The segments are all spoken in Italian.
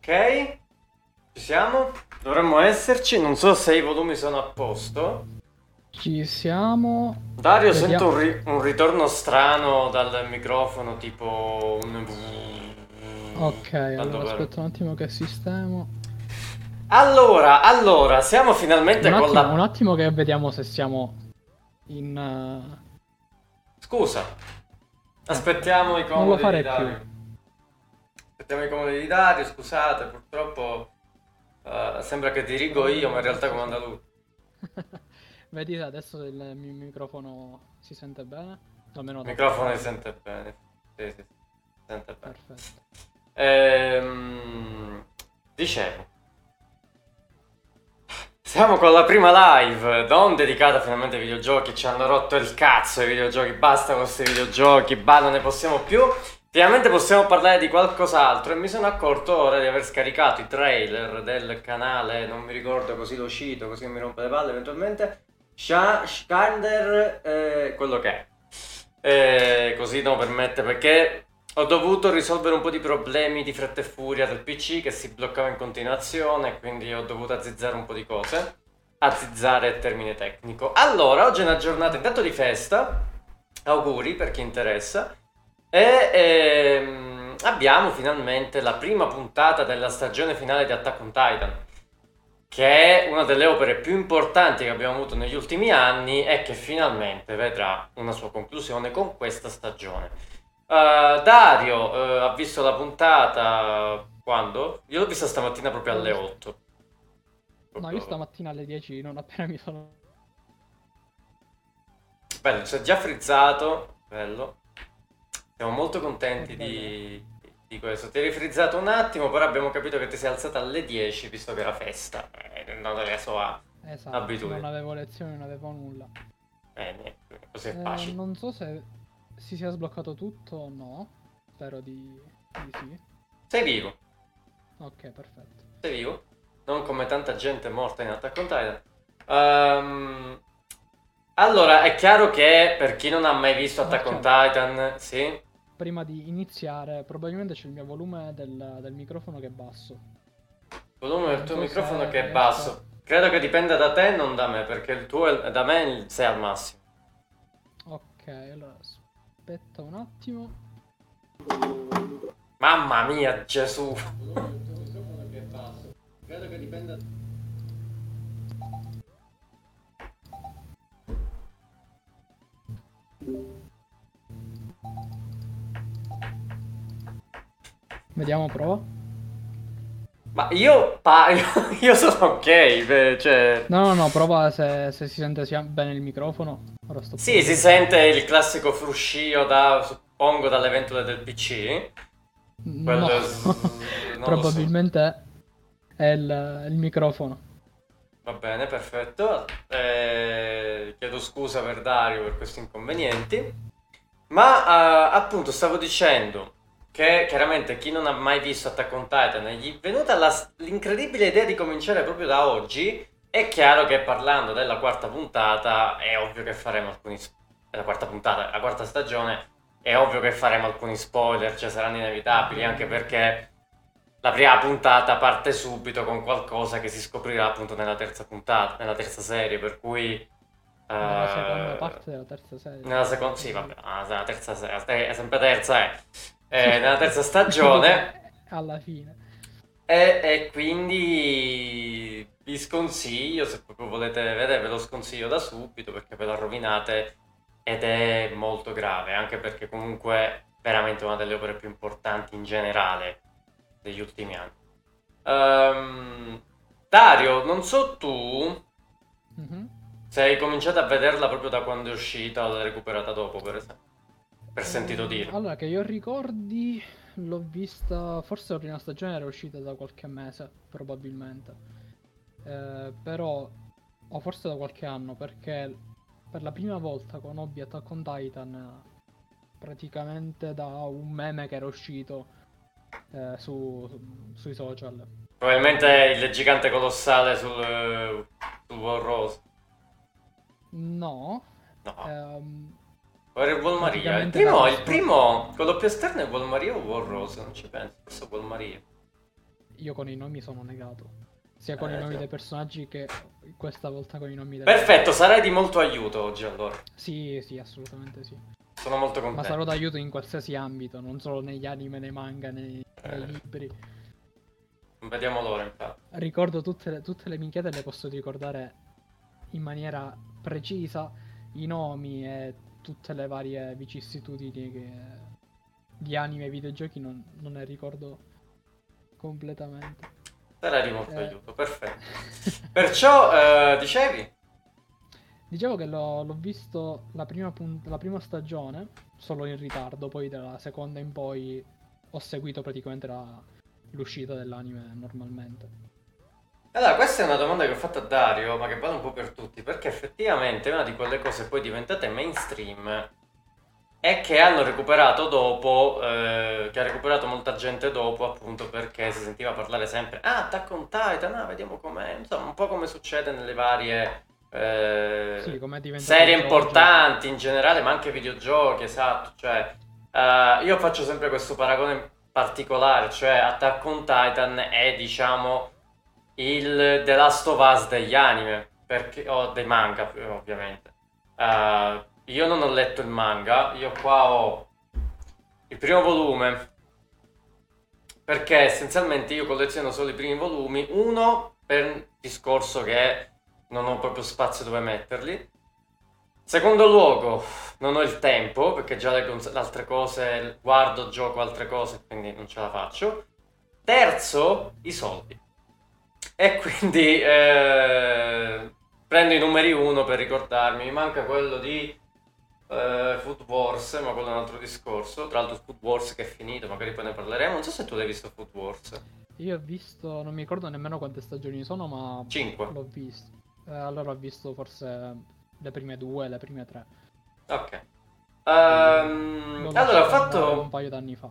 Ok, ci siamo? Dovremmo esserci, non so se i volumi sono a posto. Ci siamo. Dario, sento Vediamo. un ritorno strano dal microfono, tipo un... Ok, Tanto allora per... aspetta un attimo che sistemo. Allora, siamo finalmente con Un la... attimo che vediamo se siamo in... Scusa, Ok, aspettiamo i non lo comodi di farei più. Dario. Aspettiamo i comodi di Dario, scusate, purtroppo sembra che dirigo Però io, ma vedi in realtà adesso comanda lui. Vedi adesso il mio microfono si sente bene? Almeno Il da qua microfono si dove... sente bene. Sì, sì, si sente bene. Perfetto. Dicevo, siamo con la prima live, non dedicata finalmente ai videogiochi, ci hanno rotto il cazzo i videogiochi, basta con questi videogiochi, non ne possiamo più. Finalmente possiamo parlare di qualcos'altro e mi sono accorto ora di aver scaricato i trailer del canale, non mi ricordo così lo cito, così mi rompe le palle eventualmente, Skander, quello che è. Così non permette perché ho dovuto risolvere un po' di problemi di fretta e furia del PC che si bloccava in continuazione, quindi ho dovuto azzizzare un po' di cose. Azzizzare è termine tecnico. Allora, oggi è una giornata intanto di festa, auguri per chi interessa, e abbiamo finalmente la prima puntata della stagione finale di Attack on Titan, che è una delle opere più importanti che abbiamo avuto negli ultimi anni e che finalmente vedrà una sua conclusione con questa stagione. Dario ha visto la puntata quando? Io l'ho vista stamattina proprio L'ho alle visto. 8. No, io Proprio... stamattina alle 10, non appena mi sono... Bello, si è già frizzato. Bello. Siamo molto È contenti bello. di questo. Ti eri frizzato un attimo, però abbiamo capito che ti sei alzata alle 10 visto che era festa. Non adesso ha Esatto, non abitudine. avevo lezioni, non avevo nulla. Niente, così è facile. Non so se si sia sbloccato tutto o no. Spero di sì. Sei vivo. Ok, perfetto. Sei vivo? Non come tanta gente morta in Attack on Titan. Ehm, allora, è chiaro che per chi non ha mai visto Attack on Marciano, Titan, sì, prima di iniziare, probabilmente c'è il mio volume del microfono che è basso. il volume del Non tuo so microfono se che è riesco... basso. Credo che dipenda da te, non da me, perché il tuo da me sei al massimo. Ok, allora aspetta un attimo. Mamma mia, Gesù. Vediamo, prova. Ma io sono ok, beh, cioè... No, no, no, prova se si sente bene il microfono. Ora sto Sì, si provando sente con... il classico fruscio da, suppongo, dalle ventole del PC. No, Quel... non lo so. probabilmente è il microfono. Va bene, perfetto. Chiedo scusa per Dario per questi inconvenienti. Ma appunto stavo dicendo che chiaramente chi non ha mai visto Attack on Titan e gli è venuta l'incredibile idea di cominciare proprio da oggi. È chiaro che parlando della quarta puntata è ovvio che faremo alcuni... La quarta puntata, la quarta stagione, è ovvio che faremo alcuni spoiler, cioè saranno inevitabili, anche Ovviamente. perché la prima puntata parte subito con qualcosa che si scoprirà appunto nella terza puntata, nella terza serie, per cui... Nella seconda eh, parte della terza serie, nella seconda... Sì, vabbè, probabilmente. nella terza serie, è sempre terza, nella terza Diciamo che stagione... è alla fine. E quindi vi sconsiglio, se proprio volete vedere, ve lo sconsiglio da subito perché ve la rovinate ed è molto grave, anche perché comunque è veramente una delle opere più importanti in generale degli ultimi anni. Dario, non so tu Mhm. se hai cominciato a vederla proprio da quando è uscita o l'hai recuperata dopo, per esempio, per sentito dire. Allora, che io ricordi, l'ho vista, forse la prima stagione era uscita da qualche mese, probabilmente. Però, o forse da qualche anno, perché per la prima volta conobbi Attack on Titan praticamente da un meme che era uscito sui social. Probabilmente Quindi, il gigante colossale sul War Rose. no, No. ehm, Ora il Wall Maria. praticamente era Il primo, quello più esterno è Wall Maria o War Rose? Non ci penso, questo è Wall Maria. io con i nomi sono negato. Sia con i nomi Sì. dei personaggi che questa volta con i nomi delle Perfetto, sarai di molto aiuto oggi allora. Sì, sì, assolutamente sì. Sono molto Ma contento. sarò d'aiuto in qualsiasi ambito, non solo negli anime, nei manga, nei Eh, libri. Non vediamo l'ora, infatti. Ricordo tutte le minchiate, le posso ricordare in maniera precisa, i nomi e tutte le varie vicissitudini di anime e videogiochi non ne ricordo completamente. Sarai di molto Eh, aiuto, perfetto. Perciò, dicevi? Dicevo che l'ho visto la prima stagione, solo in ritardo, poi dalla seconda in poi ho seguito praticamente l'uscita dell'anime normalmente. Allora, questa è una domanda che ho fatto a Dario, ma che vale un po' per tutti, perché effettivamente è una di quelle cose poi diventate mainstream e che hanno recuperato dopo, che ha recuperato molta gente dopo, appunto perché si sentiva parlare sempre, Attack on Titan, vediamo com'è, insomma, un po' come succede nelle varie Sì, com'è diventato serie oggi. importanti in generale, ma anche videogiochi, esatto, cioè io faccio sempre questo paragone particolare, cioè Attack on Titan è, diciamo, il The Last of Us degli anime, perché, o dei manga ovviamente. Io non ho letto il manga, io qua ho il primo volume, perché essenzialmente io colleziono solo i primi volumi, uno per discorso che non ho proprio spazio dove metterli. Secondo luogo, non ho il tempo, perché già leggo altre cose, guardo, gioco altre cose, quindi non ce la faccio. Terzo, i soldi. E quindi prendo i numeri 1 per ricordarmi. Mi manca quello di Food Wars, ma quello è un altro discorso. Tra l'altro Food Wars che è finito, magari poi ne parleremo. Non so se tu l'hai visto Food Wars. Io ho visto, non mi ricordo nemmeno quante stagioni sono, ma 5. l'ho visto. Allora ho visto forse le prime due, le prime tre. Ok. L'ho Allora ho lasciato andare un fatto... paio d'anni fa.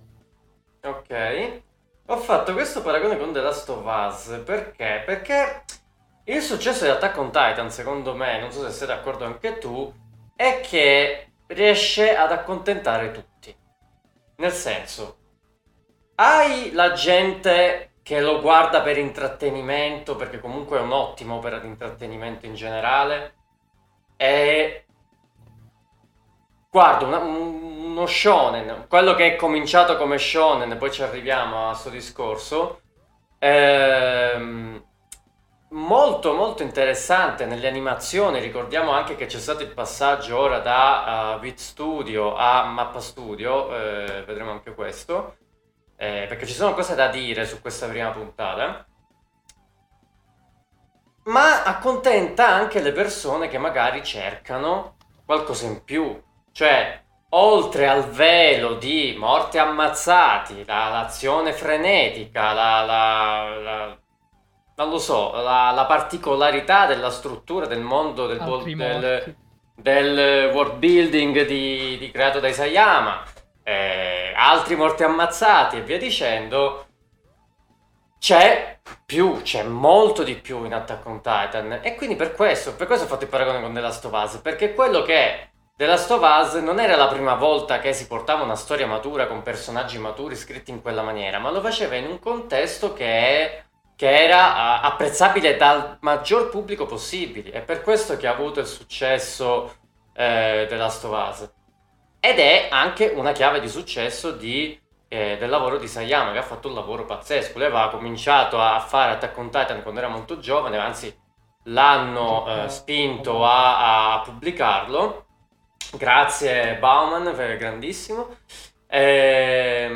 Ok. Ho fatto questo paragone con The Last of Us. Perché? Perché il successo di Attack on Titan, secondo me, non so se sei d'accordo anche tu, è che riesce ad accontentare tutti. Nel senso, hai la gente che lo guarda per intrattenimento, perché comunque è un'ottima opera di intrattenimento in generale, e guarda, uno shonen, quello che è cominciato come shonen, poi ci arriviamo a sto discorso, molto molto interessante nelle animazioni. Ricordiamo anche che c'è stato il passaggio ora da Vid Studio a Mappa Studio, vedremo anche questo, perché ci sono cose da dire su questa prima puntata, ma accontenta anche le persone che magari cercano qualcosa in più, cioè oltre al velo di morti ammazzati, l'azione frenetica, non lo so, la particolarità della struttura del mondo Altri morti. del world building creato da Isayama, altri morti ammazzati e via dicendo. C'è molto di più in Attack on Titan, e quindi per questo ho fatto il paragone con The Last of Us, perché quello che The Last of Us non era la prima volta che si portava una storia matura con personaggi maturi scritti in quella maniera, ma lo faceva in un contesto che era apprezzabile dal maggior pubblico possibile. È per questo che ha avuto il successo The Last of Us, ed è anche una chiave di successo del lavoro di Sayama, che ha fatto un lavoro pazzesco. Lui aveva cominciato a fare Attack on Titan quando era molto giovane, anzi l'hanno spinto a pubblicarlo. Grazie Bauman, grandissimo. E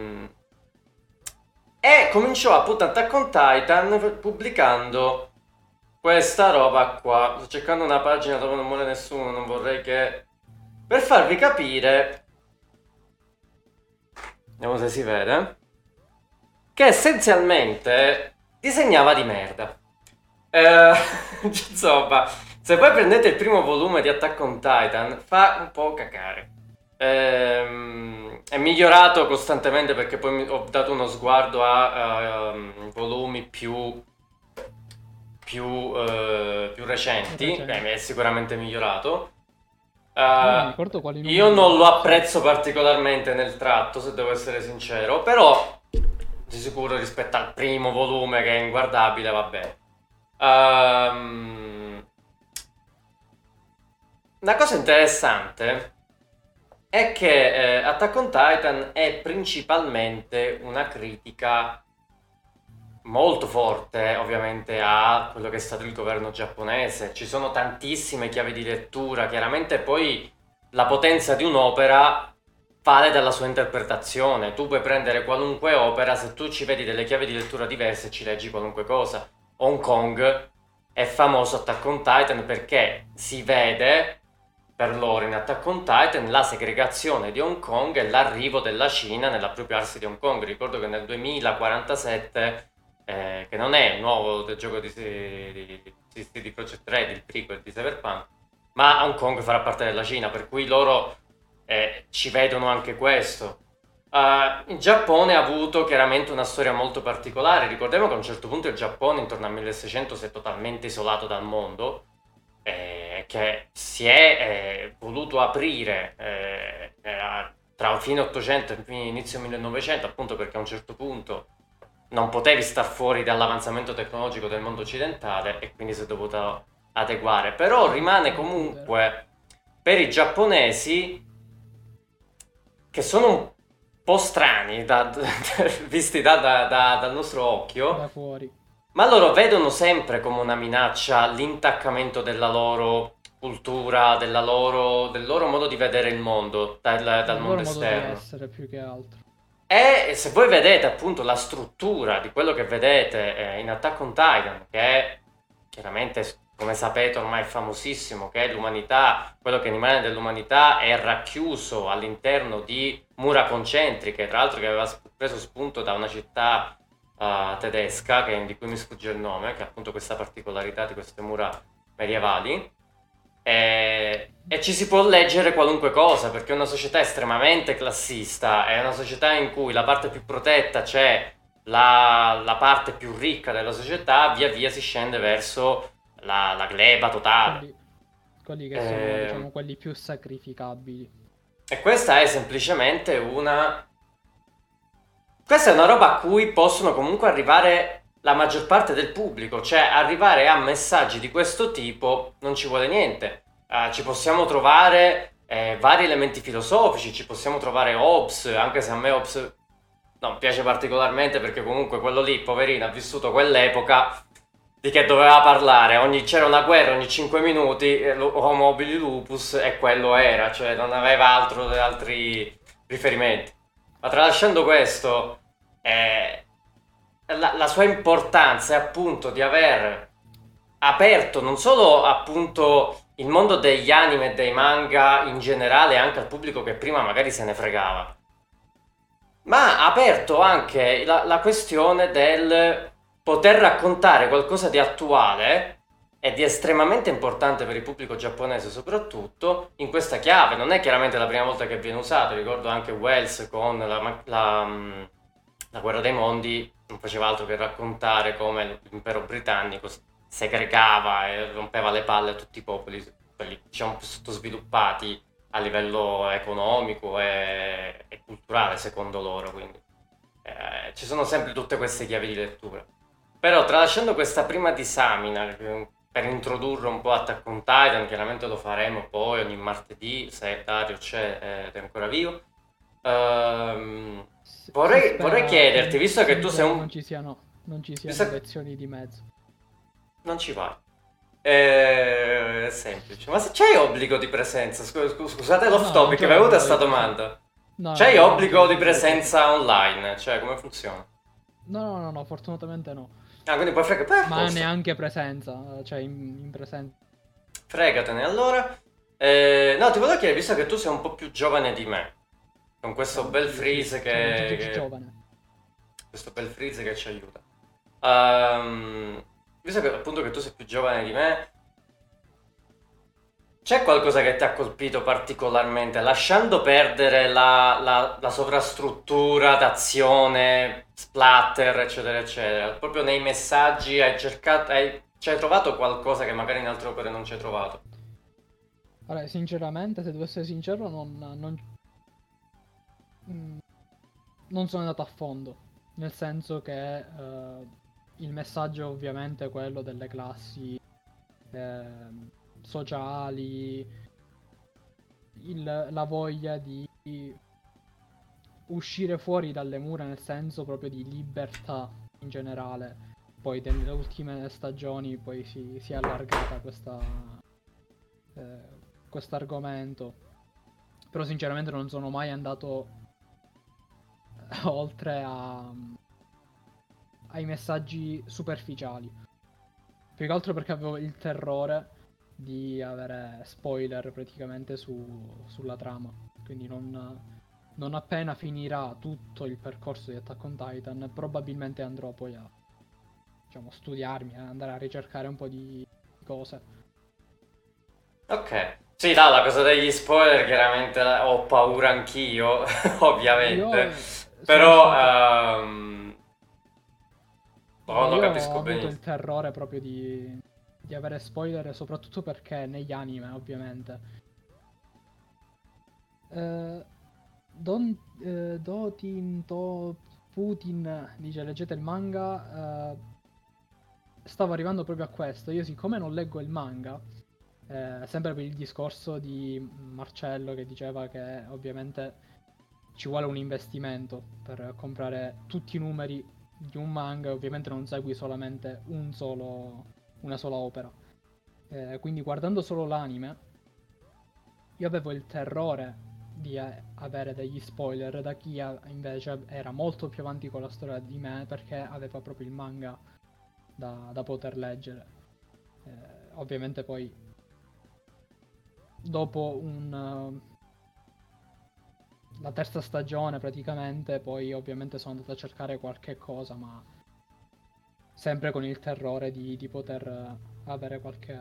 cominciò appunto Attack on Titan pubblicando questa roba qua. Sto cercando una pagina dove non muore nessuno, non vorrei che... Per farvi capire, vediamo se si vede, che essenzialmente disegnava di merda. Insomma, se voi prendete il primo volume di Attack on Titan, fa un po' cacare. È migliorato costantemente, perché poi ho dato uno sguardo a volumi più recenti. È sicuramente migliorato. Non mi ricordo quali Io non lo apprezzo particolarmente nel tratto, se devo essere sincero, però di sicuro rispetto al primo volume che è inguardabile, va bene. Ehm, una cosa interessante è che Attack on Titan è principalmente una critica molto forte, ovviamente, a quello che è stato il governo giapponese. Ci sono tantissime chiavi di lettura, chiaramente poi la potenza di un'opera vale dalla sua interpretazione. Tu puoi prendere qualunque opera, se tu ci vedi delle chiavi di lettura diverse ci leggi qualunque cosa. Hong Kong è famoso Attack on Titan perché si vede per loro in Attack on Titan la segregazione di Hong Kong e l'arrivo della Cina nell'appropriarsi di Hong Kong. Ricordo che nel 2047, che non è il nuovo del gioco di Project Red, il prequel di Cyberpunk, ma Hong Kong farà parte della Cina, per cui loro ci vedono anche questo. Il Giappone ha avuto chiaramente una storia molto particolare. Ricordiamo che a un certo punto il Giappone intorno al 1600 si è totalmente isolato dal mondo, che si è voluto aprire tra fine 800 e inizio 1900, appunto perché a un certo punto non potevi star fuori dall'avanzamento tecnologico del mondo occidentale e quindi si è dovuto adeguare. Però rimane comunque per i giapponesi, che sono un po' strani visti dal nostro occhio, da fuori. ma loro vedono sempre come una minaccia l'intaccamento della loro cultura, del loro modo di vedere il mondo dal mondo modo esterno. di essere più che altro. E se voi vedete appunto la struttura di quello che vedete in Attack on Titan, che è chiaramente, come sapete, ormai famosissimo, che è l'umanità, quello che rimane dell'umanità è racchiuso all'interno di mura concentriche, tra l'altro che aveva preso spunto da una città tedesca, di cui mi sfugge il nome, che ha appunto questa particolarità di queste mura medievali. E ci si può leggere qualunque cosa, perché è una società estremamente classista, è una società in cui la parte più protetta c'è la parte più ricca della società, via via si scende verso la gleba totale. Quelli che sono, diciamo, quelli più sacrificabili. E questa è semplicemente questa è una roba a cui possono comunque arrivare la maggior parte del pubblico, cioè arrivare a messaggi di questo tipo non ci vuole niente. Ci possiamo trovare vari elementi filosofici, ci possiamo trovare Hobbes, anche se a me Hobbes non piace particolarmente perché comunque quello lì, poverino, ha vissuto quell'epoca di che doveva parlare, c'era una guerra ogni 5 minuti, Homo habilis lupus, e quello era, cioè non aveva altri riferimenti. Ma tralasciando questo, la sua importanza è appunto di aver aperto non solo appunto il mondo degli anime e dei manga in generale anche al pubblico che prima magari se ne fregava, ma ha aperto anche la questione del poter raccontare qualcosa di attuale e di estremamente importante per il pubblico giapponese soprattutto in questa chiave. Non è chiaramente la prima volta che viene usato, ricordo anche Wells con la Guerra dei Mondi non faceva altro che raccontare come l'impero britannico segregava e rompeva le palle a tutti i popoli, quelli diciamo più sottosviluppati a livello economico e culturale secondo loro, quindi ci sono sempre tutte queste chiavi di lettura. Però tralasciando questa prima disamina per introdurre un po' Attack on Titan, chiaramente lo faremo poi ogni martedì se Dario c'è ed è ancora vivo. Vorrei chiederti, visto che tu sei un... Non ci siano lezioni di mezzo. Non ci vai. È semplice. Ma se c'hai obbligo di presenza? Scusate l'off topic, mi è venuta questa domanda. C'hai obbligo di presenza online? Cioè, come funziona? No, fortunatamente no. Quindi puoi fregatene. Ma neanche presenza, cioè in presenza. Fregatene, allora. No, ti volevo chiedere, visto che tu sei un po' più giovane di me, con questo bel freeze questo bel freeze che ci aiuta. Visto che appunto che tu sei più giovane di me, c'è qualcosa che ti ha colpito particolarmente, lasciando perdere la sovrastruttura d'azione, splatter, eccetera, eccetera? Proprio nei messaggi ci hai trovato qualcosa che magari in altre opere non ci hai trovato? Allora, sinceramente, se devo essere sincero, non sono andato a fondo. nel senso che il messaggio ovviamente è quello delle classi eh, sociali, la voglia di uscire fuori dalle mura, nel senso proprio di libertà in generale. Poi nelle ultime stagioni poi si è allargata questo argomento. Però sinceramente non sono mai andato oltre ai messaggi superficiali. Più che altro perché avevo il terrore di avere spoiler praticamente sulla trama. Quindi non appena finirà tutto il percorso di Attack on Titan, probabilmente andrò poi a, diciamo, studiarmi, a andare a ricercare un po' di cose. Ok. Sì, no, la cosa degli spoiler chiaramente ho paura anch'io, ovviamente. Io sono Però stato... oh, lo Io ho capisco avuto il benissimo. terrore proprio di avere spoiler, soprattutto perché negli anime, ovviamente. Eh, Dotin To Putin dice leggete il manga. Stavo arrivando proprio a questo. Io, siccome non leggo il manga, sempre per il discorso di Marcello che diceva che ovviamente ci vuole un investimento per comprare tutti i numeri di un manga, ovviamente non segui solamente una sola opera. Quindi guardando solo l'anime, io avevo il terrore di avere degli spoiler da chi invece era molto più avanti con la storia di me perché aveva proprio il manga da poter leggere. Ovviamente poi dopo la terza stagione praticamente, poi ovviamente sono andato a cercare qualche cosa, ma sempre con il terrore di poter avere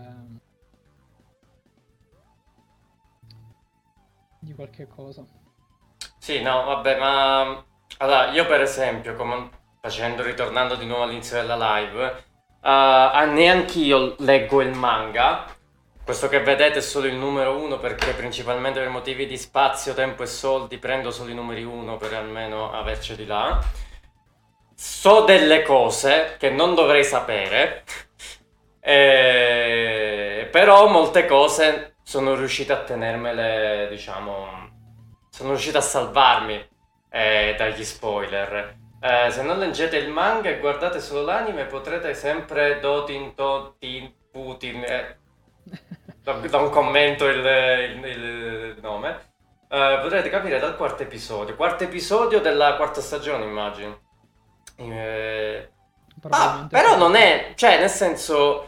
qualche cosa. Sì, no, vabbè, ma allora io per esempio, ritornando di nuovo all'inizio della live, neanch'io leggo il manga. Questo che vedete è solo il numero uno perché principalmente per motivi di spazio, tempo e soldi prendo solo i numeri uno per almeno averceli là. So delle cose che non dovrei sapere, però molte cose sono riuscito a tenermele, diciamo, sono riuscito a salvarmi dagli spoiler. Se non leggete il manga e guardate solo l'anime potrete sempre Dotin Totin Putin, da un commento il nome, potrete capire dal quarto episodio della quarta stagione immagino. Probabilmente Però sì. non è, cioè, nel senso,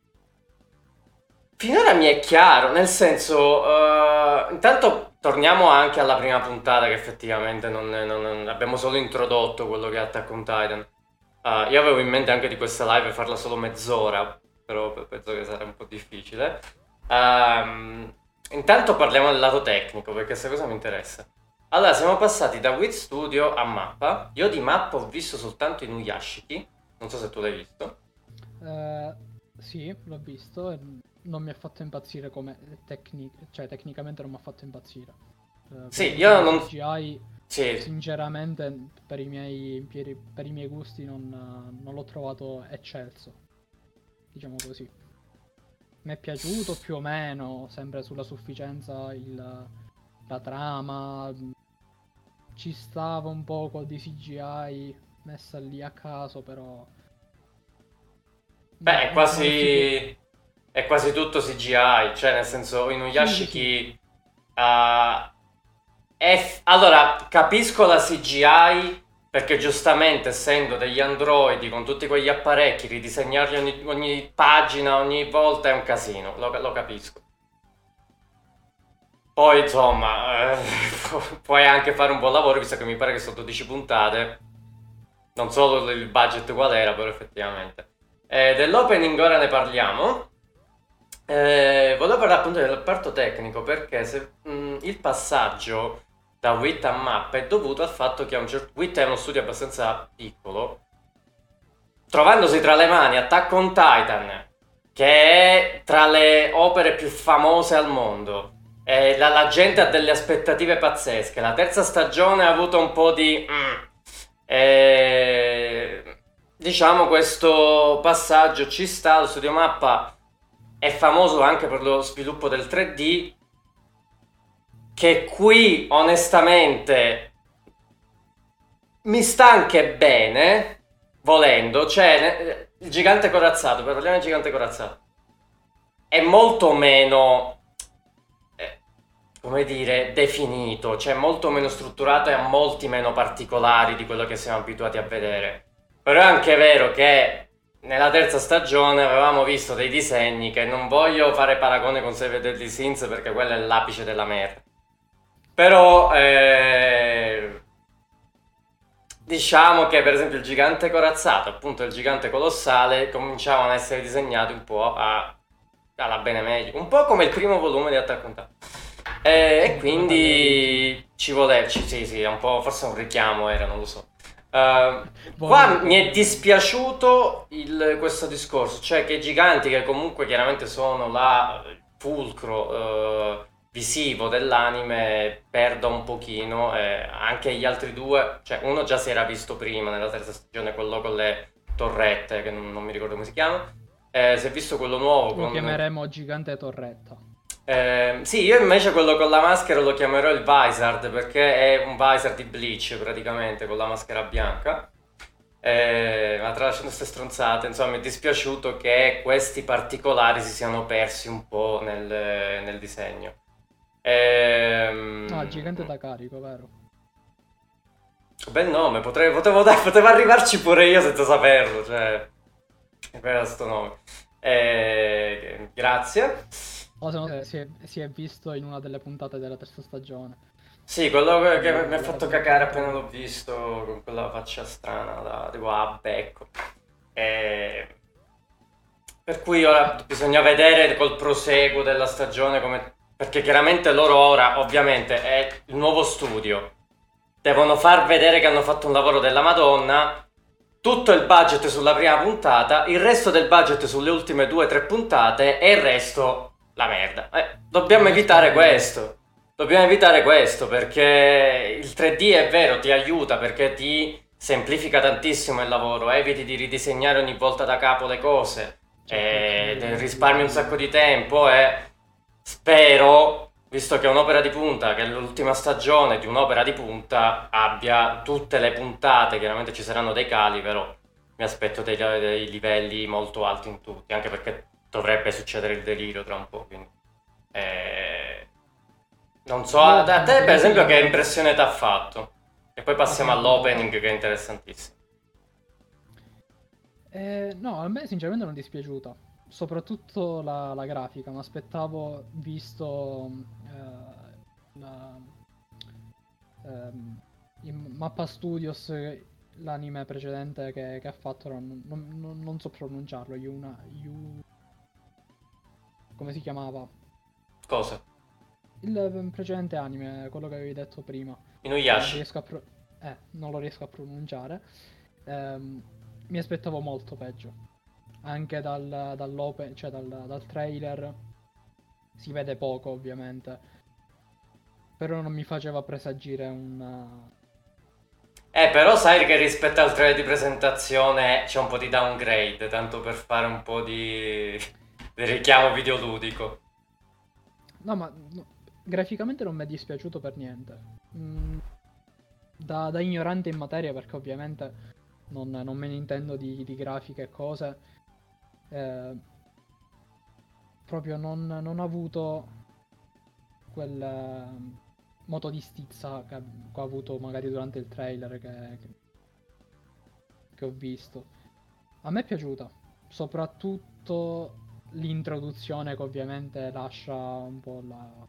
finora mi è chiaro, nel senso, intanto torniamo anche alla prima puntata che effettivamente abbiamo solo introdotto quello che è Attack on Titan. Io avevo in mente anche di questa live farla solo mezz'ora, però penso che sarà un po' difficile. Intanto parliamo del lato tecnico, perché questa cosa mi interessa. Allora, siamo passati da Wit Studio a Mappa. Io di Mappa ho visto soltanto Inuyashiki. Non so se tu l'hai visto. Sì, l'ho visto e non mi ha fatto impazzire come cioè tecnicamente non mi ha fatto impazzire. Per Sì, quanto io di non... CGI, Sì, sinceramente per i miei gusti non l'ho trovato eccelso, diciamo così. Mi è piaciuto più o meno, sempre sulla sufficienza la trama, ci stava un poco di CGI messa lì a caso, però beh, no, non si può. è quasi tutto CGI, cioè nel senso Sì, sì, sì. Inuyashiki allora, capisco la CGI perché giustamente essendo degli androidi con tutti quegli apparecchi, ridisegnarli ogni pagina, ogni volta è un casino, lo capisco. Poi insomma, puoi anche fare un buon lavoro visto che mi pare che sono 12 puntate. Non so il budget qual era, però effettivamente. Dell'opening ora ne parliamo. Volevo parlare appunto del reparto tecnico perché il passaggio da WIT a mappa è dovuto al fatto che WIT è uno studio abbastanza piccolo, trovandosi tra le mani Attack on Titan, che è tra le opere più famose al mondo. La gente ha delle aspettative pazzesche. La terza stagione ha avuto un po' di Diciamo questo passaggio ci sta, lo studio mappa è famoso anche per lo sviluppo del 3D, che qui onestamente mi sta anche bene, volendo, cioè il gigante corazzato, per parliamo del gigante corazzato, è molto meno, come dire, definito, cioè molto meno strutturato e ha molti meno particolari di quello che siamo abituati a vedere. Però è anche vero che nella terza stagione avevamo visto dei disegni che non voglio fare paragone con Seven Deadly Sins perché quello è l'apice della merda. Però diciamo che per esempio il gigante corazzato, appunto il gigante colossale, cominciavano a essere disegnati un po' alla bene meglio, un po' come il primo volume di Attack on Titan. E quindi ci voleva, sì, è un po', forse un richiamo era, non lo so. Qua mi è dispiaciuto questo discorso, cioè che i giganti, che comunque chiaramente sono il fulcro visivo dell'anime, perda un pochino, anche gli altri due, cioè uno già si era visto prima nella terza stagione, quello con le torrette, che non mi ricordo come si chiama, si è visto quello nuovo. Lo chiameremo gigante torretta. Sì, io invece quello con la maschera lo chiamerò il Vizard, perché è un Vizard di Bleach praticamente, con la maschera bianca. Ma tralasciando queste stronzate, insomma mi è dispiaciuto che questi particolari si siano persi un po' nel disegno. Gigante da carico, vero? Bel nome, potevo arrivarci pure io senza saperlo, cioè era sto nome. Grazie. O se no si è visto in una delle puntate della terza stagione. Sì, quello che mi ha fatto cagare appena l'ho visto, con quella faccia strana da becco. Per cui ora bisogna vedere col proseguo della stagione come... Perché chiaramente loro ora, ovviamente, è il nuovo studio. Devono far vedere che hanno fatto un lavoro della Madonna. Tutto il budget sulla prima puntata, il resto del budget sulle ultime 2 o 3 puntate e il resto... la merda. Dobbiamo evitare questo. Dobbiamo evitare questo perché il 3D è vero, ti aiuta perché ti semplifica tantissimo il lavoro, eviti di ridisegnare ogni volta da capo le cose, risparmi un sacco di tempo e spero, visto che è un'opera di punta, che è l'ultima stagione di un'opera di punta, abbia tutte le puntate, chiaramente ci saranno dei cali, però mi aspetto dei livelli molto alti in tutti, anche perché dovrebbe succedere il delirio tra un po', quindi non so, a te per esempio che impressione ti ha fatto? E poi passiamo all'opening che è interessantissimo. No, a me sinceramente non è dispiaciuta, soprattutto la grafica, mi aspettavo, visto in Mappa Studios, l'anime precedente che ha fatto, non so pronunciarlo, come si chiamava? Cosa? Il precedente anime, quello che avevi detto prima. Inuyasha. Non lo riesco a pronunciare. Mi aspettavo molto peggio. Anche dall'open, cioè dal trailer si vede poco, ovviamente. Però non mi faceva presagire un... Però sai che rispetto al trailer di presentazione c'è un po' di downgrade, tanto per fare un po' di richiamo videoludico. No, ma graficamente non mi è dispiaciuto per niente. Da ignorante in materia, perché ovviamente non me ne intendo di grafiche e cose. Proprio non ho avuto quel moto di stizza che ho avuto magari durante il trailer che ho visto. A me è piaciuta, soprattutto l'introduzione, che ovviamente lascia un po'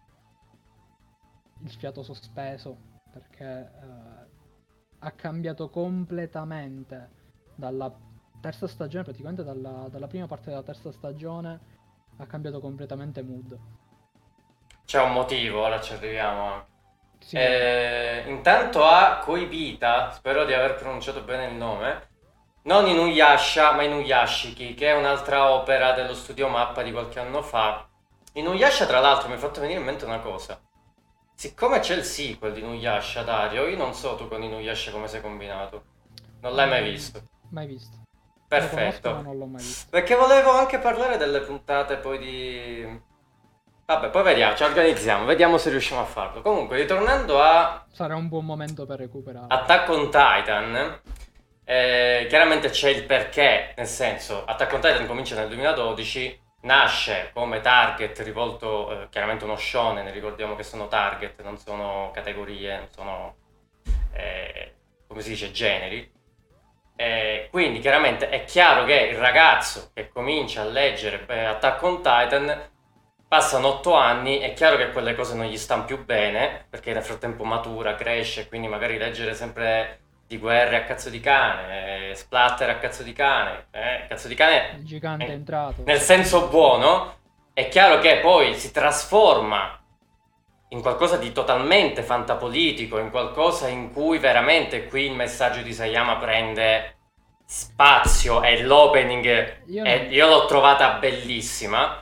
il fiato sospeso, perché ha cambiato completamente dalla terza stagione, praticamente dalla prima parte della terza stagione ha cambiato completamente mood. C'è un motivo, ora ci arriviamo. Sì. Intanto a Koibita, spero di aver pronunciato bene il nome, non Inuyasha ma Inuyashiki, che è un'altra opera dello studio Mappa di qualche anno fa. Inuyasha, tra l'altro, mi ha fatto venire in mente una cosa. Siccome c'è il sequel di Inuyasha, Dario, io non so tu con Inuyasha come sei combinato. Non l'hai mai visto? Mai visto. Lo conosco, ma Perfetto. non l'ho mai visto. Perché volevo anche parlare delle puntate poi di... Vabbè, poi vediamo, ci organizziamo, vediamo se riusciamo a farlo. Comunque, ritornando a Sarà un buon momento per recuperare. Attack on Titan, chiaramente c'è il perché, nel senso, Attack on Titan comincia nel 2012, nasce come target rivolto, chiaramente uno shonen, ricordiamo che sono target, non sono categorie, non sono, come si dice, generi. Quindi chiaramente è chiaro che il ragazzo che comincia a leggere Attack on Titan, passano 8 anni, è chiaro che quelle cose non gli stanno più bene, perché nel frattempo matura, cresce, quindi magari leggere sempre di guerre a cazzo di cane, splatter a cazzo di cane Il gigante è entrato. nel senso buono, è chiaro che poi si trasforma in qualcosa di totalmente fantapolitico, in qualcosa in cui veramente qui il messaggio di Isayama prende spazio e l'opening io l'ho trovata bellissima.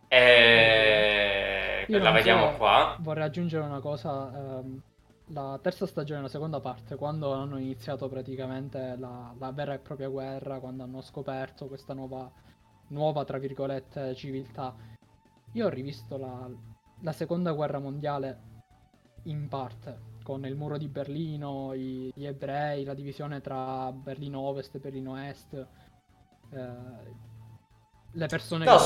La vediamo qua. Vorrei aggiungere una cosa. La terza stagione, la seconda parte, quando hanno iniziato praticamente la vera e propria guerra, quando hanno scoperto questa nuova tra virgolette, civiltà. Io ho rivisto la seconda guerra mondiale in parte, con il muro di Berlino, gli ebrei, la divisione tra Berlino Ovest e Berlino Est, le persone No, che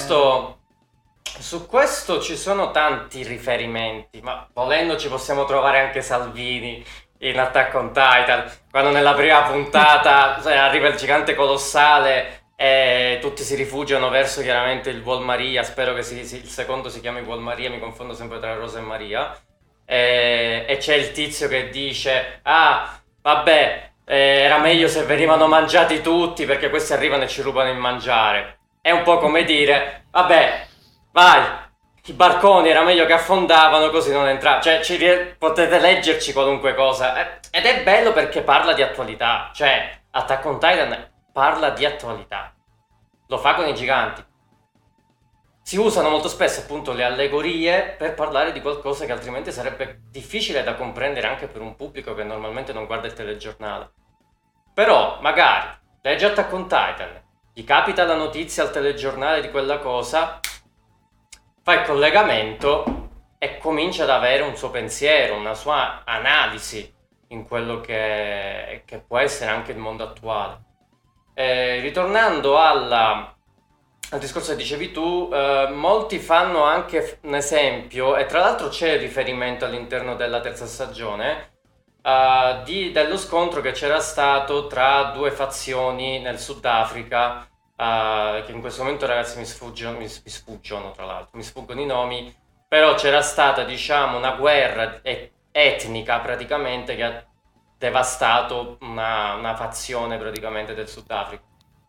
su questo ci sono tanti riferimenti, ma volendo ci possiamo trovare anche Salvini in Attack on Titan, quando nella prima puntata arriva il gigante colossale e tutti si rifugiano verso chiaramente il Vuol Maria, spero che il secondo si chiami Vuol Maria, mi confondo sempre tra Rosa e Maria, e c'è il tizio che dice, ah, vabbè, era meglio se venivano mangiati tutti perché questi arrivano e ci rubano il mangiare. È un po' come dire, vabbè, vai, i barconi era meglio che affondavano così non entrava. Cioè, potete leggerci qualunque cosa. Ed è bello perché parla di attualità. Cioè, Attack on Titan parla di attualità. Lo fa con i giganti. Si usano molto spesso appunto le allegorie per parlare di qualcosa che altrimenti sarebbe difficile da comprendere anche per un pubblico che normalmente non guarda il telegiornale. Però, magari, legge Attack on Titan, gli capita la notizia al telegiornale di quella cosa, fa il collegamento e comincia ad avere un suo pensiero, una sua analisi in quello che può essere anche il mondo attuale. Ritornando al discorso che dicevi tu, molti fanno anche un esempio, e tra l'altro c'è il riferimento all'interno della terza stagione, dello scontro che c'era stato tra due fazioni nel Sudafrica, che in questo momento ragazzi mi sfuggono tra l'altro, mi sfuggono i nomi, però c'era stata diciamo una guerra etnica praticamente che ha devastato una fazione praticamente del Sudafrica.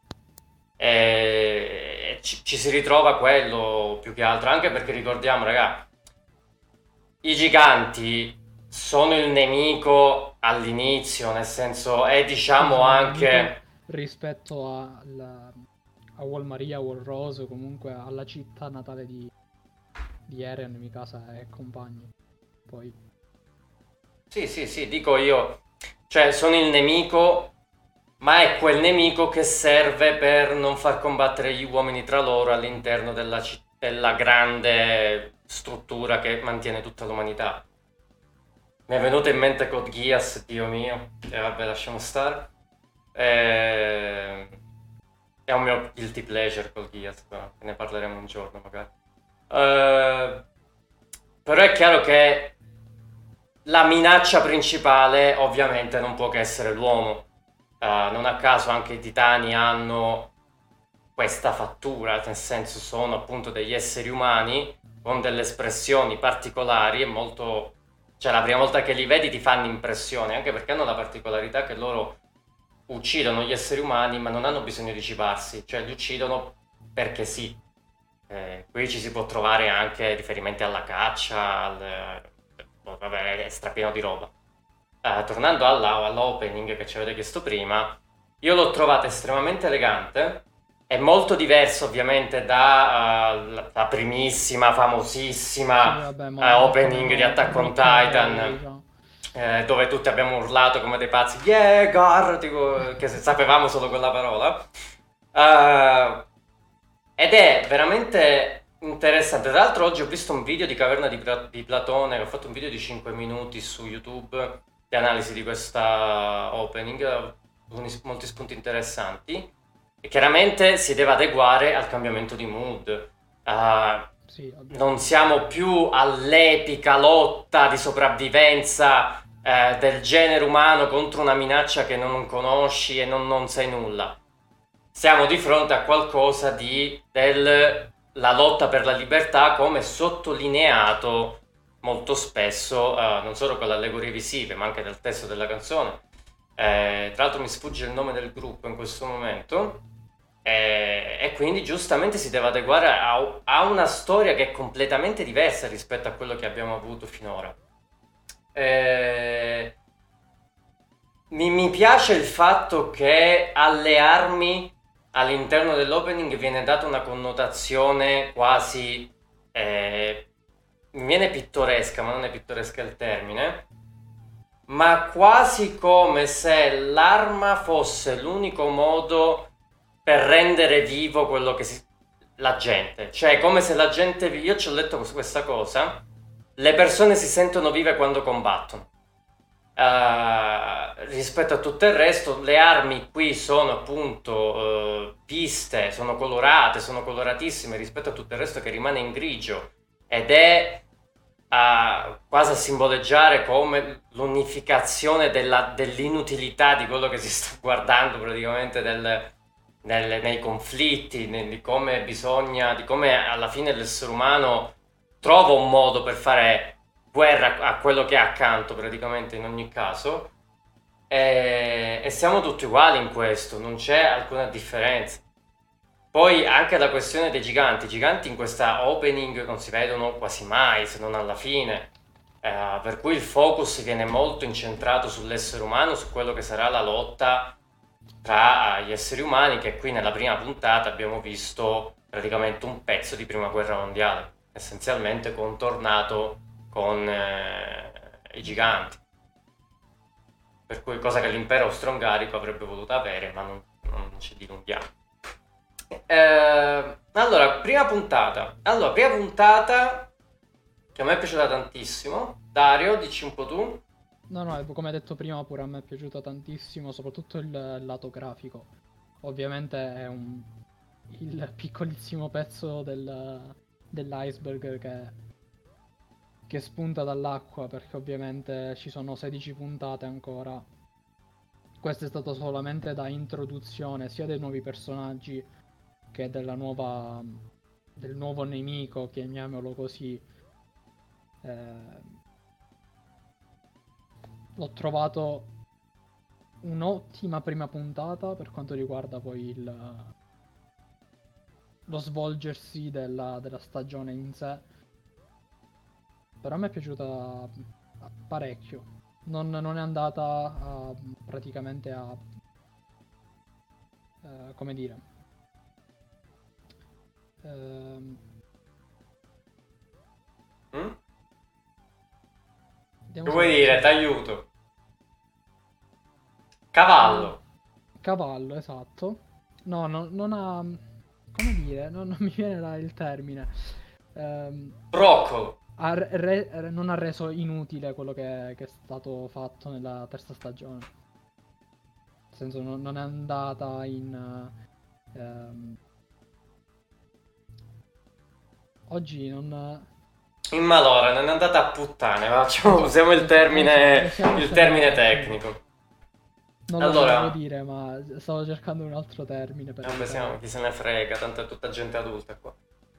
E ci si ritrova quello più che altro, anche perché ricordiamo raga, i giganti sono il nemico all'inizio, nel senso è diciamo anche rispetto a Wall Maria, Wall Rose, comunque alla città natale di Eren, Mikasa e compagni. Poi sì, dico io, cioè sono il nemico, ma è quel nemico che serve per non far combattere gli uomini tra loro all'interno della grande struttura che mantiene tutta l'umanità. Mi è venuto in mente Code Geass, Dio mio, e vabbè lasciamo stare. È un mio guilty pleasure Code Geass, ne parleremo un giorno magari. Però è chiaro che la minaccia principale ovviamente non può che essere l'uomo. Non a caso anche i titani hanno questa fattura, nel senso sono appunto degli esseri umani con delle espressioni particolari e molto... Cioè la prima volta che li vedi ti fanno impressione, anche perché hanno la particolarità che loro uccidono gli esseri umani ma non hanno bisogno di cibarsi, cioè li uccidono perché sì. Qui ci si può trovare anche riferimenti alla caccia, vabbè, è strapieno di roba. Tornando all'opening che ci avete chiesto prima, io l'ho trovata estremamente elegante, è molto diverso ovviamente la primissima, famosissima sì, vabbè, opening di Attack on Titan, diciamo. dove tutti abbiamo urlato come dei pazzi, yeah, Gar, tipo, che sapevamo solo quella parola. Ed è veramente interessante. Tra l'altro oggi ho visto un video di Caverna di Platone, che ho fatto un video di 5 minuti su YouTube di analisi di questa opening, molti spunti interessanti, e chiaramente si deve adeguare al cambiamento di mood. Sì, Non siamo più all'epica lotta di sopravvivenza del genere umano contro una minaccia che non conosci e non sai nulla. Siamo di fronte a qualcosa la lotta per la libertà, come sottolineato molto spesso, non solo con le allegorie visive, ma anche nel testo della canzone. Tra l'altro mi sfugge il nome del gruppo in questo momento. E quindi giustamente si deve adeguare a una storia che è completamente diversa rispetto a quello che abbiamo avuto finora. Mi piace il fatto che alle armi all'interno dell'opening viene data una connotazione quasi mi viene pittoresca, ma non è pittoresca il termine, ma quasi come se l'arma fosse l'unico modo per rendere vivo quello che la gente. Cioè, come se la gente, io ci ho letto questa cosa, le persone si sentono vive quando combattono. Rispetto a tutto il resto, le armi qui sono appunto piste, sono colorate, sono coloratissime rispetto a tutto il resto che rimane in grigio, ed è quasi a simboleggiare come l'unificazione dell'inutilità di quello che si sta guardando praticamente nei conflitti, di come alla fine l'essere umano trova un modo per fare guerra a quello che è accanto praticamente in ogni caso, e siamo tutti uguali in questo, non c'è alcuna differenza. Poi anche la questione dei giganti. I giganti in questa opening non si vedono quasi mai, se non alla fine, per cui il focus viene molto incentrato sull'essere umano, su quello che sarà la lotta tra gli esseri umani, che qui nella prima puntata abbiamo visto praticamente un pezzo di prima guerra mondiale, essenzialmente contornato con i giganti, per cui cosa che l'impero austro-ungarico avrebbe voluto avere, ma non ci dilunghiamo. Allora, prima puntata che a me è piaciuta tantissimo. Dario, dici un po' tu. No, come hai detto prima, pure a me è piaciuto tantissimo, soprattutto il lato grafico. Ovviamente è il piccolissimo pezzo dell'iceberg che spunta dall'acqua, perché ovviamente ci sono 16 puntate ancora. Questo è stato solamente da introduzione sia dei nuovi personaggi che del nuovo nemico, chiamiamolo così. L'ho trovato un'ottima prima puntata per quanto riguarda poi lo svolgersi della stagione in sé. Però mi è piaciuta parecchio. Non è andata praticamente a come dire, Che vuoi dire? T'aiuto. Cavallo, esatto. No, non ha, come dire, non mi viene il termine. Broccolo. Non ha reso inutile quello che è stato fatto nella terza stagione. Nel senso, non è andata oggi non... In malora, non è andata a puttane, usiamo il termine tecnico. Non lo volevo dire, ma stavo cercando un altro termine per chi se ne frega, tanto è tutta gente adulta qua.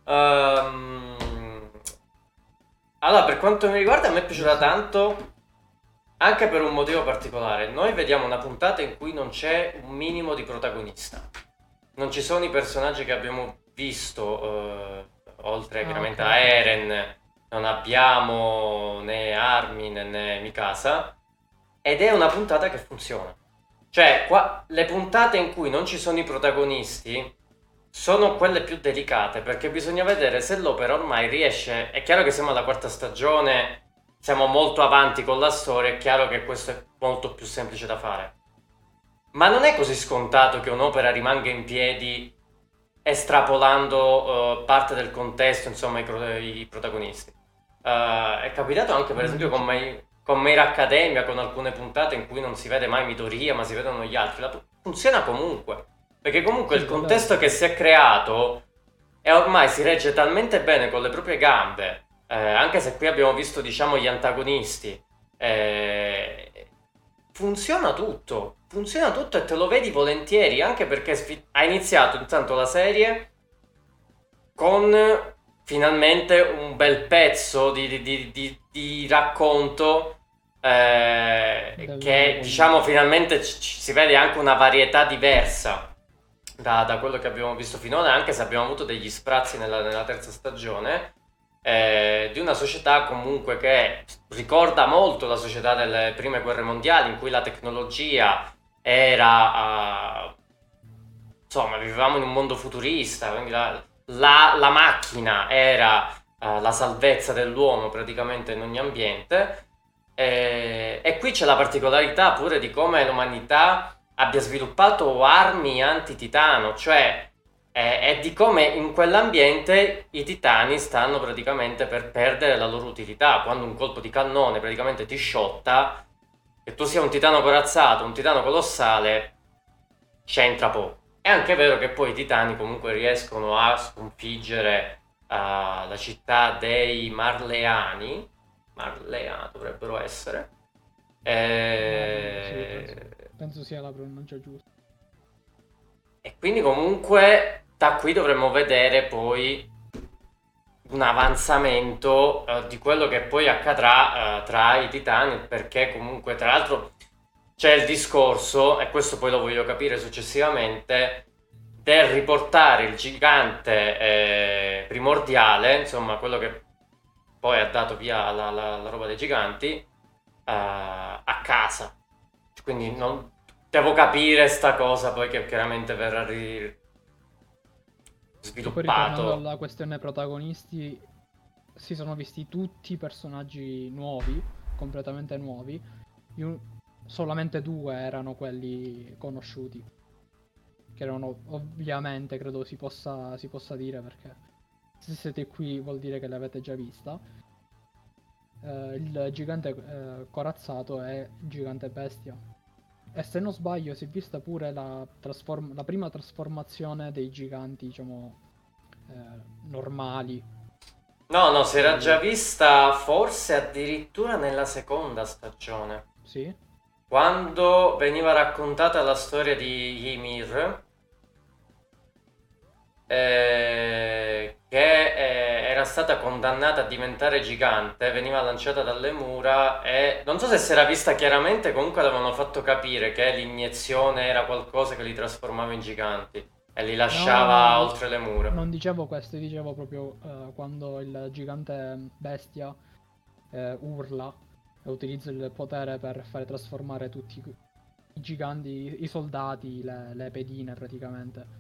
Allora, per quanto mi riguarda, a me è piaciuta tanto, anche per un motivo particolare. Noi vediamo una puntata in cui non c'è un minimo di protagonista. Non ci sono i personaggi che abbiamo visto, oltre chiaramente a Eren. Non abbiamo né Armin né Mikasa, ed è una puntata che funziona. Cioè, le puntate in cui non ci sono i protagonisti sono quelle più delicate, perché bisogna vedere se l'opera ormai riesce. È chiaro che siamo alla quarta stagione, siamo molto avanti con la storia, è chiaro che questo è molto più semplice da fare. Ma non è così scontato che un'opera rimanga in piedi estrapolando parte del contesto, insomma, i protagonisti. È capitato anche, per esempio, con My Hero Academia, con alcune puntate in cui non si vede mai Midoriya, ma si vedono gli altri. Funziona comunque, perché comunque il contesto che si è creato e ormai si regge talmente bene con le proprie gambe, anche se qui abbiamo visto, diciamo, gli antagonisti. Funziona tutto e te lo vedi volentieri, anche perché ha iniziato intanto la serie con finalmente un bel pezzo di racconto, che diciamo finalmente si vede anche una varietà diversa da quello che abbiamo visto finora, anche se abbiamo avuto degli sprazzi nella terza stagione, di una società comunque che ricorda molto la società delle prime guerre mondiali, in cui la tecnologia era insomma, vivevamo in un mondo futurista, quindi la macchina era la salvezza dell'uomo praticamente in ogni ambiente, e qui c'è la particolarità pure di come l'umanità abbia sviluppato armi anti-titano, cioè e di come in quell'ambiente i titani stanno praticamente per perdere la loro utilità. Quando un colpo di cannone praticamente ti sciotta, che tu sia un titano corazzato, un titano colossale, c'entra poco. È anche vero che poi i titani comunque riescono a sconfiggere la città dei Marleani dovrebbero essere. Sì, penso sia la pronuncia giusta. E quindi comunque da qui dovremmo vedere poi un avanzamento di quello che poi accadrà tra i titani, perché comunque tra l'altro c'è il discorso, e questo poi lo voglio capire successivamente, del riportare il gigante primordiale, insomma quello che poi ha dato via la roba dei giganti, a casa. Quindi non devo capire sta cosa poi che chiaramente verrà sviluppato. Poi ritornando alla questione protagonisti, si sono visti tutti personaggi nuovi, completamente nuovi. Solamente 2 erano quelli conosciuti, che erano ovviamente, credo si possa dire, perché se siete qui vuol dire che l'avete già vista. Il gigante corazzato e il gigante bestia. E se non sbaglio si è vista pure la prima trasformazione dei giganti, diciamo, normali. No, si era già vista forse addirittura nella seconda stagione. Sì? Quando veniva raccontata la storia di Ymir, che era stata condannata a diventare gigante, veniva lanciata dalle mura e non so se si era vista chiaramente, comunque l'avevano fatto capire che l'iniezione era qualcosa che li trasformava in giganti e li lasciava oltre le mura. Non dicevo questo, dicevo proprio quando il gigante bestia urla e utilizza il potere per fare trasformare tutti i giganti, i soldati, le pedine praticamente.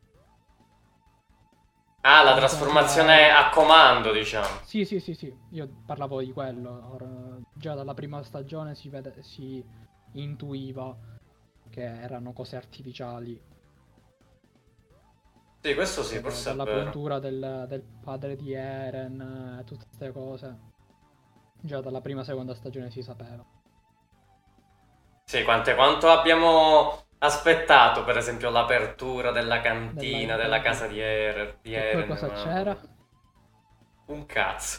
Ah, la trasformazione a comando, diciamo. Sì, io parlavo di quello. Già dalla prima stagione si intuiva che erano cose artificiali. Sì, questo sì, forse è vero. La puntura del padre di Eren, tutte queste cose. Già dalla prima e seconda stagione si sapeva. Sì, quanto abbiamo aspettato, per esempio, l'apertura della cantina della casa di Eren. E poi cosa c'era? Un cazzo.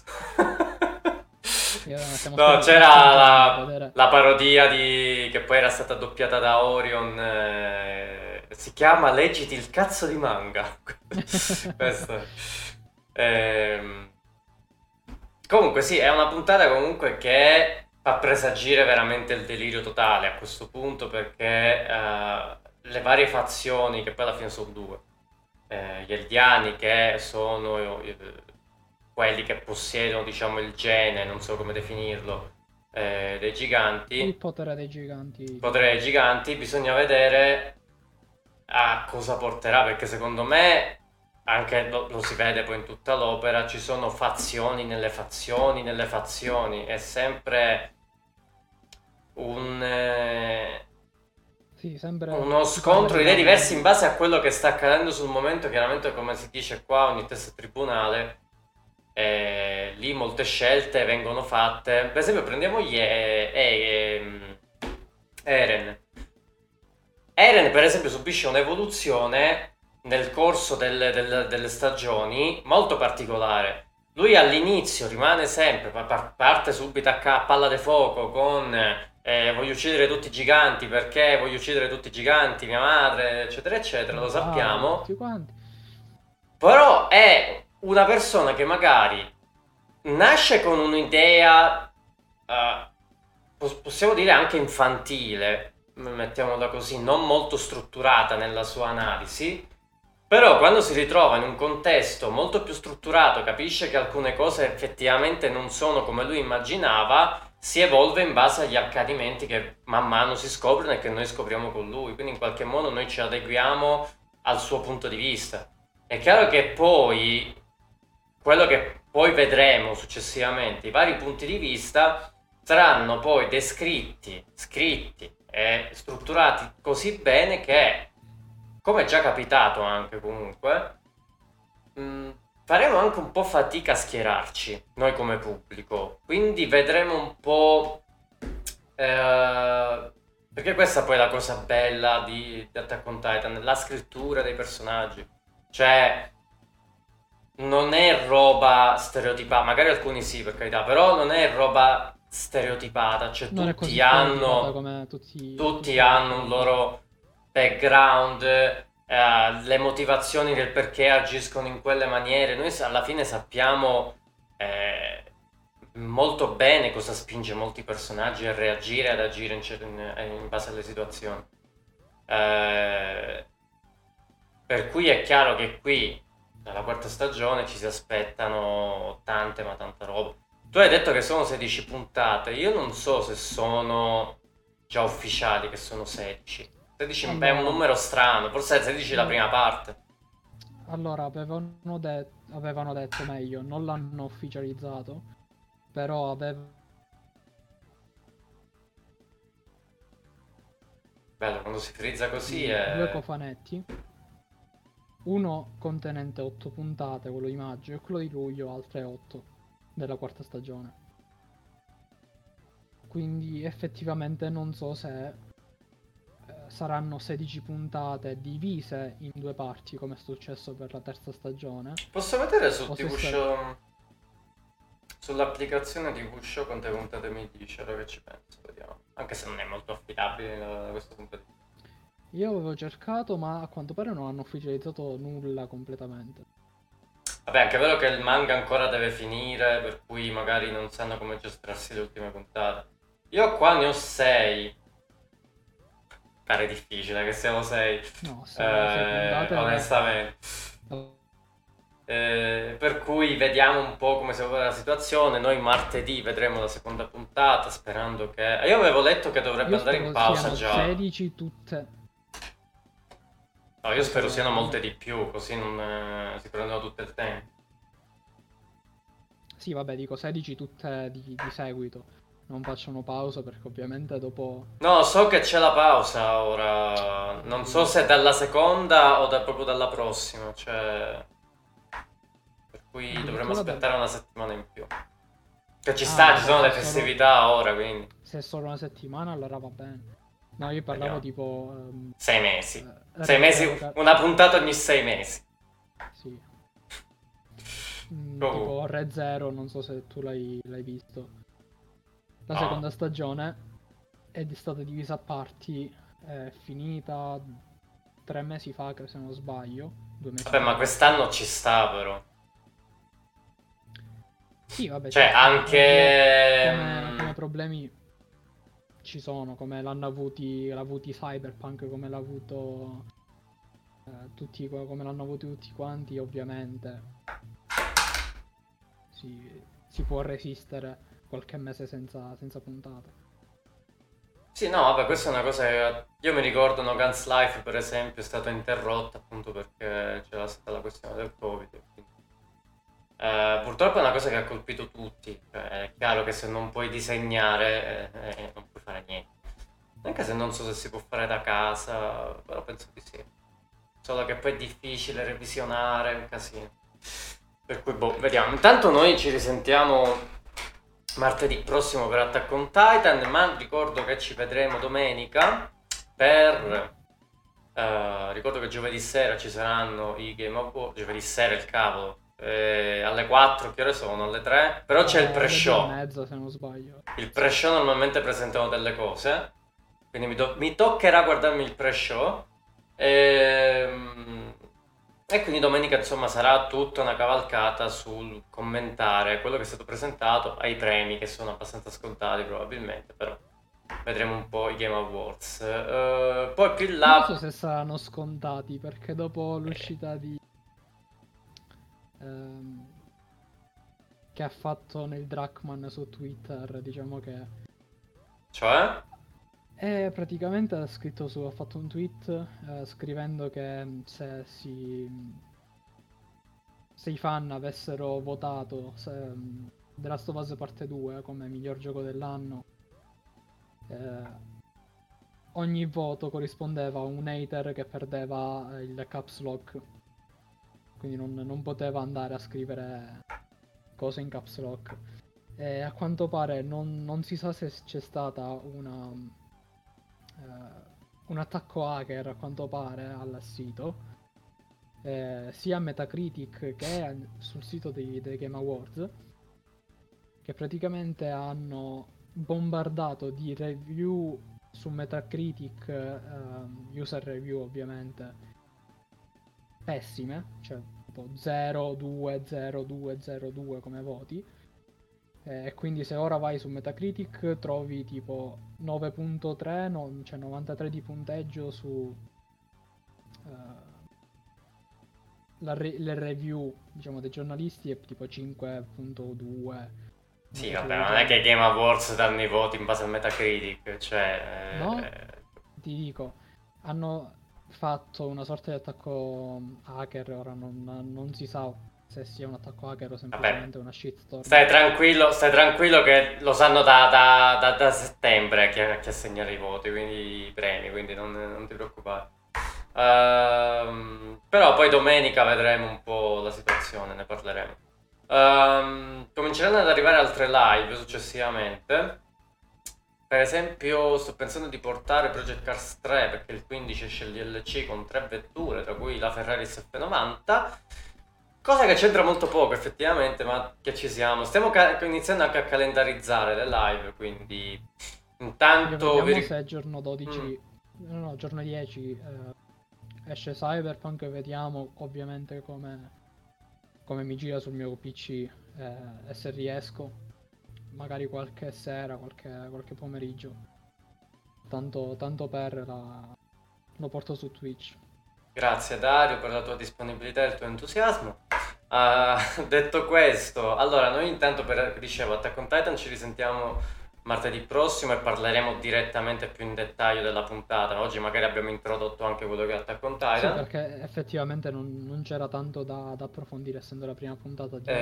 No, c'era la parodia che poi era stata doppiata da Orion. Si chiama Leggiti il cazzo di manga. Questo. Comunque sì, è una puntata comunque che fa presagire veramente il delirio totale a questo punto, perché le varie fazioni, che poi alla fine sono 2, gli Eldiani, che sono quelli che possiedono, diciamo, il gene, non so come definirlo, dei giganti. Il potere dei giganti. Il potere dei giganti, bisogna vedere a cosa porterà, perché secondo me anche lo si vede poi in tutta l'opera, ci sono fazioni nelle fazioni nelle fazioni, è sempre un, Sì, sempre uno si parla scontro di di idee rabbia. diverse in base a quello che sta accadendo sul momento. Chiaramente, come si dice qua, ogni testa è tribunale, lì molte scelte vengono fatte. Per esempio, prendiamo Eren. Eren, per esempio, subisce un'evoluzione nel corso delle stagioni molto particolare. Lui all'inizio rimane sempre, parte subito a palla di fuoco con voglio uccidere tutti i giganti perché voglio uccidere tutti i giganti, mia madre, eccetera, eccetera, Mio lo padre, sappiamo. tutti quanti. Però è una persona che magari nasce con un'idea, possiamo dire anche infantile, mettiamola così, non molto strutturata nella sua analisi, però quando si ritrova in un contesto molto più strutturato, capisce che alcune cose effettivamente non sono come lui immaginava, si evolve in base agli accadimenti che man mano si scoprono e che noi scopriamo con lui, quindi in qualche modo noi ci adeguiamo al suo punto di vista. È chiaro che poi quello che poi vedremo successivamente, i vari punti di vista saranno poi descritti, scritti e strutturati così bene che, come è già capitato anche comunque, faremo anche un po' fatica a schierarci noi come pubblico. Quindi vedremo un po'. Perché questa poi è la cosa bella di Attack on Titan, la scrittura dei personaggi. Cioè, non è roba stereotipata, magari alcuni sì per carità, però non è roba stereotipata, cioè Non è tutti così stereotipata hanno, come tutti tutti gli hanno un altri. loro background, le motivazioni del perché agiscono in quelle maniere. Noi alla fine sappiamo molto bene cosa spinge molti personaggi a reagire, ad agire in base alle situazioni. Eh, per cui è chiaro che qui, dalla quarta stagione, ci si aspettano tante, ma tanta roba. Tu hai detto che sono 16 puntate, io non so se sono già ufficiali che sono 16. 16 è un Allora, numero strano, forse è 16 la mm, prima parte. allora avevano detto meglio, non l'hanno ufficializzato, però Bello, quando si frizza così due è. cofanetti, uno contenente 8 puntate, quello di maggio, e quello di luglio altre 8 della quarta stagione. Quindi effettivamente non so se saranno 16 puntate divise in due parti come è successo per la terza stagione, Posso vedere su o se TV Show, sull'applicazione TV Show quante puntate mi dice, ora che ci penso, vediamo. Anche se non è molto affidabile da questo punto di vista. io avevo cercato, ma a quanto pare non hanno ufficializzato nulla completamente. Vabbè, anche è vero che il manga ancora deve finire, per cui magari non sanno come gestirsi le ultime puntate. Io qua ne ho 6. Pare difficile che siano 6, No, sei puntate. onestamente. Per cui vediamo un po' come si evolve la situazione. Noi martedì vedremo la seconda puntata, sperando che. Io avevo letto che dovrebbe Io andare in spero pausa siano già. 16 tutte. No, io spero siano Perché molte di più, così non si prendono tutto il tempo. sì, vabbè, dico 16 tutte di seguito. Non facciano pausa perché ovviamente dopo. No, so che c'è la pausa ora. Non so se dalla seconda o proprio dalla prossima. Cioè. Per cui dovremmo Addirittura aspettare una settimana in più. Che ci sta, ci vabbè, sono le se sono. festività ora, quindi. Se è solo una settimana allora va bene. No, io parlavo Vediamo. tipo 6 mesi. 6 mesi, Re Zero, una puntata ogni 6 mesi. sì. Comunque. Tipo Re Zero, non so se tu l'hai visto. La No. seconda stagione è stata divisa a parti, è finita 3 mesi fa, che se non sbaglio, 2 mesi Vabbè, fa ma forse. quest'anno ci sta però. Sì, vabbè, ci Cioè, sta. Ovvio, anche. come problemi ci sono, come l'ha avuti Cyberpunk, come l'ha avuto come l'hanno avuti tutti quanti, ovviamente. Si può resistere qualche mese senza puntate. Sì, no, vabbè, questa è una cosa che io mi ricordo, no, Guns Life per esempio è stata interrotta appunto perché c'era stata la questione del Covid. Quindi, purtroppo è una cosa che ha colpito tutti. Cioè, è chiaro che se non puoi disegnare non puoi fare niente. Anche se non so se si può fare da casa, però penso di sì. Solo che poi è difficile revisionare, è un casino. Per cui, boh, vediamo. Intanto noi ci risentiamo martedì prossimo per Attack on Titan, ma ricordo che ci vedremo domenica per... ricordo che giovedì sera ci saranno i Game Awards, giovedì sera il cavolo, alle 4, che ore sono? Alle 3? Però c'è il pre-show. Alle 2:30 se non sbaglio. Il pre-show normalmente presentano delle cose, quindi mi toccherà guardarmi il pre-show. E quindi domenica insomma sarà tutta una cavalcata sul commentare quello che è stato presentato ai premi, che sono abbastanza scontati probabilmente, però vedremo un po' i Game Awards. Poi più in là... Non so se saranno scontati, perché dopo l'uscita di... che ha fatto Neil Druckmann su Twitter, diciamo che... Cioè? Praticamente ha scritto ha fatto un tweet scrivendo che se i fan avessero votato The Last of Us Parte 2 come miglior gioco dell'anno, ogni voto corrispondeva a un hater che perdeva il caps lock, quindi non poteva andare a scrivere cose in caps lock. E a quanto pare non si sa se c'è stata un attacco hacker, a quanto pare, al sito, sia a Metacritic che sul sito dei Game Awards, che praticamente hanno bombardato di review su Metacritic, user review ovviamente, pessime, cioè tipo 0, 2, 0, 2, 0, 2 come voti. E quindi se ora vai su Metacritic trovi tipo 9.3, cioè 93 di punteggio su le review, diciamo, dei giornalisti, è tipo 5.2. Sì, vabbè, non è che i Game Awards danno i voti in base al Metacritic, cioè... No, ti dico, hanno fatto una sorta di attacco hacker, ora non si sa se sia un attacco hacker o semplicemente una shitstorm. Stai tranquillo che lo sanno da settembre chi assegna i voti, quindi i premi, quindi non ti preoccupare. Però poi domenica vedremo un po' la situazione, ne parleremo. Cominceranno ad arrivare altre live successivamente. Per esempio sto pensando di portare Project Cars 3, perché il 15 esce il DLC con 3 vetture, tra cui la Ferrari F90. Cosa che c'entra molto poco effettivamente, ma che ci siamo. Stiamo iniziando anche a calendarizzare le live, quindi intanto... Vediamo se giorno 12, no, giorno 10 esce Cyberpunk, vediamo ovviamente come mi gira sul mio PC, e se riesco, magari qualche sera, qualche pomeriggio, tanto per lo porto su Twitch. Grazie Dario per la tua disponibilità e il tuo entusiasmo. Detto questo, allora noi intanto dicevo, Attack on Titan ci risentiamo martedì prossimo e parleremo direttamente più in dettaglio della puntata. Oggi magari abbiamo introdotto anche quello che è Attack on Titan. Sì, perché effettivamente non c'era tanto da approfondire, essendo la prima puntata di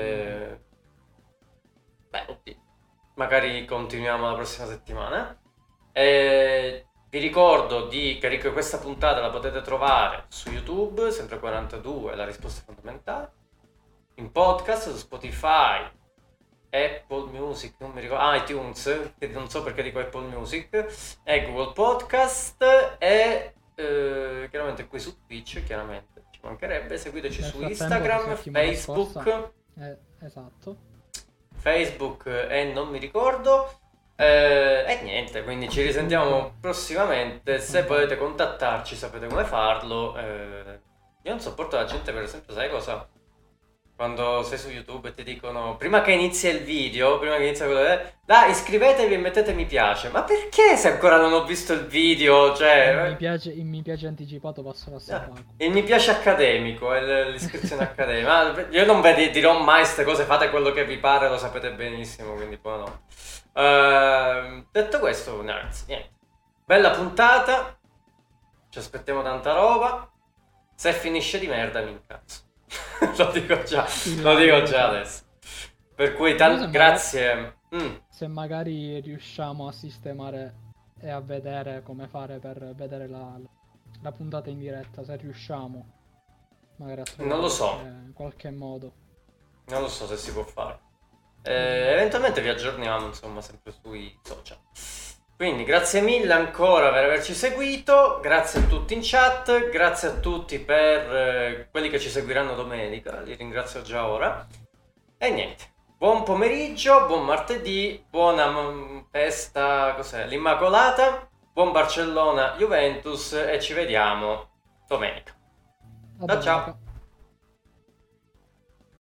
oddio. Magari continuiamo la prossima settimana. Vi ricordo che questa puntata la potete trovare su YouTube, sempre 42, la risposta fondamentale, in podcast su Spotify, Apple Music, non mi ricordo, iTunes, che non so perché dico Apple Music, e Google Podcast, e chiaramente qui su Twitch, chiaramente, ci mancherebbe, seguiteci su Instagram, Facebook, esatto, Facebook e non mi ricordo. E niente, quindi ci risentiamo prossimamente. Se volete contattarci sapete come farlo. Io non sopporto la gente, per esempio, sai cosa? Quando sei su YouTube e ti dicono prima che inizia il video, prima che inizia quello dai, iscrivetevi e mettete mi piace. Ma perché se ancora non ho visto il video? Cioè, Il mi piace anticipato passa a poco. il mi piace accademico, è l'iscrizione accademica. Ma io non vi dirò mai queste cose, fate quello che vi pare, lo sapete benissimo, quindi poi no. Detto questo, ragazzi, niente. Bella puntata, ci aspettiamo tanta roba. Se finisce di merda mi incazzo. Lo dico già, lo dico già adesso. Per cui grazie. Se magari riusciamo a sistemare e a vedere come fare per vedere la puntata in diretta, se riusciamo magari a trovare Non lo so. in qualche modo. Non lo so se si può fare. Eventualmente vi aggiorniamo, insomma, sempre sui social. Quindi grazie mille ancora per averci seguito, grazie a tutti in chat, grazie a tutti per quelli che ci seguiranno domenica, li ringrazio già ora. E niente, buon pomeriggio, buon martedì, buona festa, cos'è, l'Immacolata, buon Barcellona Juventus e ci vediamo domenica. Ciao ciao!